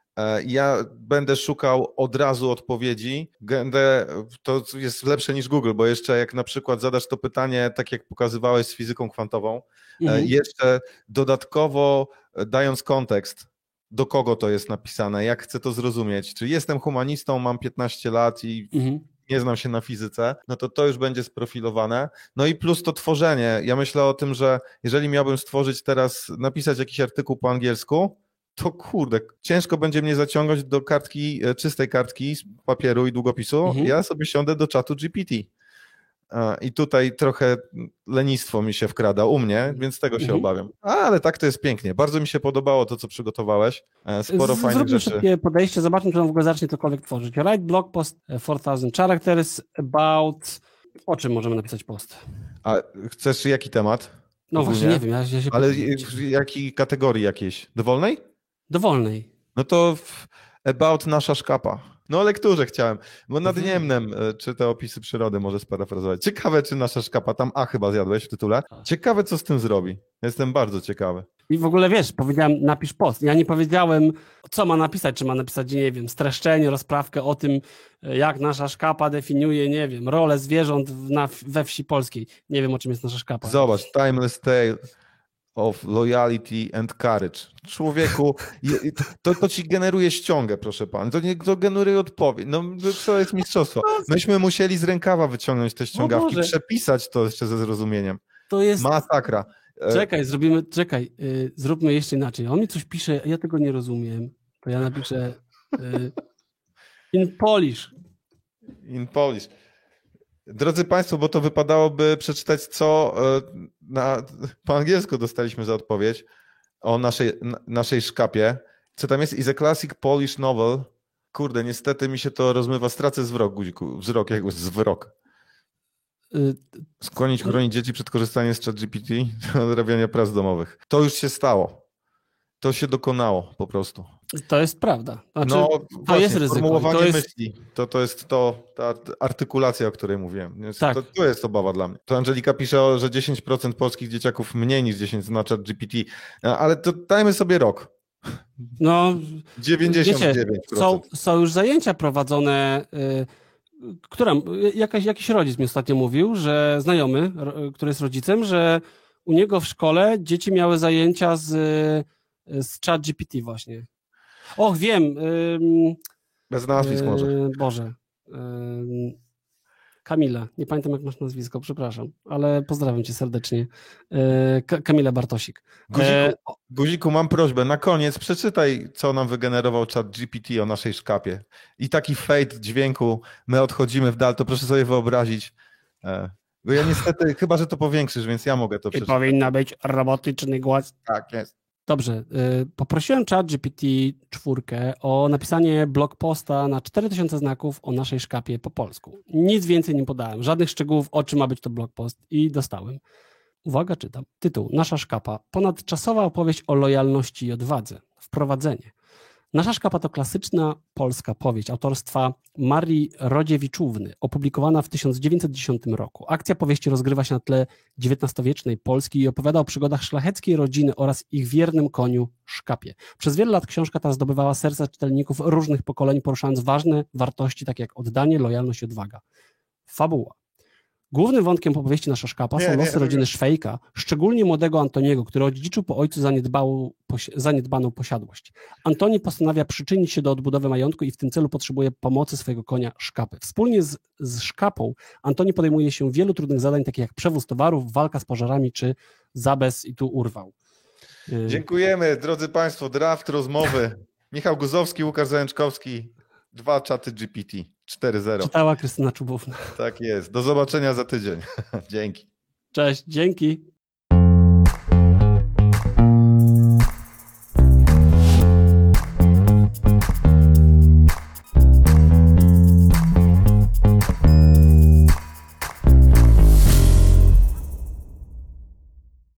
ja będę szukał od razu odpowiedzi. To jest lepsze niż Google, bo jeszcze jak na przykład zadasz to pytanie, tak jak pokazywałeś z fizyką kwantową, jeszcze dodatkowo dając kontekst, do kogo to jest napisane, jak chcę to zrozumieć, czy jestem humanistą, mam 15 lat i nie znam się na fizyce, no to już będzie sprofilowane. No i plus to tworzenie. Ja myślę o tym, że jeżeli miałbym stworzyć teraz, napisać jakiś artykuł po angielsku, to kurde, ciężko będzie mnie zaciągać do kartki, czystej kartki z papieru i długopisu. Ja sobie siądę do czatu GPT. I tutaj trochę lenistwo mi się wkrada u mnie, więc tego się obawiam. Ale tak to jest pięknie. Bardzo mi się podobało to, co przygotowałeś. Sporo fajnych Zróbmy rzeczy. szybkie podejście, zobaczmy, czy on w ogóle zacznie cokolwiek tworzyć. Write blog post 4000 characters about... O czym możemy napisać post? A chcesz jaki temat? No Ogólnie? właśnie, nie wiem. Ja się Ale w jakiej kategorii jakiejś? Dowolnej? Dowolnej. No to about nasza szkapa. No o lekturze chciałem, bo nad Niemnem czy te opisy przyrody może sparafrazować. Ciekawe, czy nasza szkapa, tam A chyba zjadłeś w tytule. Ciekawe, co z tym zrobi. Jestem bardzo ciekawy. I w ogóle wiesz, powiedziałem napisz post. Ja nie powiedziałem, co ma napisać, czy ma napisać, nie wiem, streszczenie, rozprawkę o tym, jak nasza szkapa definiuje, nie wiem, rolę zwierząt we wsi polskiej. Nie wiem, o czym jest nasza szkapa. Zobacz, timeless tale of loyalty and courage. Człowieku, to ci generuje ściągę, proszę pan. To generuje odpowiedź. No to jest mistrzostwo. Myśmy musieli z rękawa wyciągnąć te ściągawki, przepisać to jeszcze ze zrozumieniem. To jest... Masakra. Zróbmy jeszcze inaczej. On mi coś pisze, ja tego nie rozumiem. To ja napiszę in Polish. In Polish. Drodzy Państwo, bo to wypadałoby przeczytać, co po angielsku dostaliśmy za odpowiedź o naszej szkapie. Co tam jest? Is a classic Polish novel. Kurde, niestety mi się to rozmywa. Stracę zwrok. Skłonić, chronić dzieci przed korzystaniem z ChatGPT do odrabiania prac domowych. To już się stało. To się dokonało po prostu. To jest prawda. Znaczy, no, to właśnie, jest ryzyko. Formułowanie myśli. To jest ta artykulacja, o której mówiłem. Więc tak. To jest obawa dla mnie. To Angelika pisze, że 10% polskich dzieciaków mniej niż 10 zna ChatGPT, ale to dajmy sobie rok. No, 99%. Wiecie, są już zajęcia prowadzone, jakiś rodzic mi ostatnio mówił, że znajomy, który jest rodzicem, że u niego w szkole dzieci miały zajęcia z ChatGPT właśnie. Och, wiem. Bez nazwisk może. Boże. Kamila, nie pamiętam jak masz nazwisko, przepraszam, ale pozdrawiam cię serdecznie. Kamila Bartosik. Guziku, mam prośbę, na koniec przeczytaj, co nam wygenerował ChatGPT o naszej szkapie. I taki fade dźwięku, my odchodzimy w dal, to proszę sobie wyobrazić. Bo ja niestety, chyba że to powiększysz, więc ja mogę to przeczytać. I powinna być robotyczny głos. Tak, jest. Dobrze, poprosiłem ChatGPT 4 o napisanie blog posta na 4000 znaków o naszej szkapie po polsku. Nic więcej nie podałem, żadnych szczegółów, o czym ma być to blog post i dostałem. Uwaga, czytam. Tytuł: Nasza szkapa. Ponadczasowa opowieść o lojalności i odwadze. Wprowadzenie. Nasza szkapa to klasyczna polska powieść autorstwa Marii Rodziewiczówny, opublikowana w 1910 roku. Akcja powieści rozgrywa się na tle XIX-wiecznej Polski i opowiada o przygodach szlacheckiej rodziny oraz ich wiernym koniu szkapie. Przez wiele lat książka ta zdobywała serca czytelników różnych pokoleń, poruszając ważne wartości takie jak oddanie, lojalność i odwaga. Fabuła. Głównym wątkiem opowieści Nasza Szkapa są losy rodziny Szwejka, szczególnie młodego Antoniego, który odziedziczył po ojcu zaniedbaną posiadłość. Antoni postanawia przyczynić się do odbudowy majątku i w tym celu potrzebuje pomocy swojego konia Szkapy. Wspólnie z Szkapą Antoni podejmuje się wielu trudnych zadań, takich jak przewóz towarów, walka z pożarami czy zabez i tu urwał. Dziękujemy, drodzy Państwo. Draft rozmowy. Michał Guzowski, Łukasz Zajączkowski, 2 czaty GPT 4.0. Czytała Krystyna Czubówna. Tak jest. Do zobaczenia za tydzień. Dzięki. Cześć, dzięki.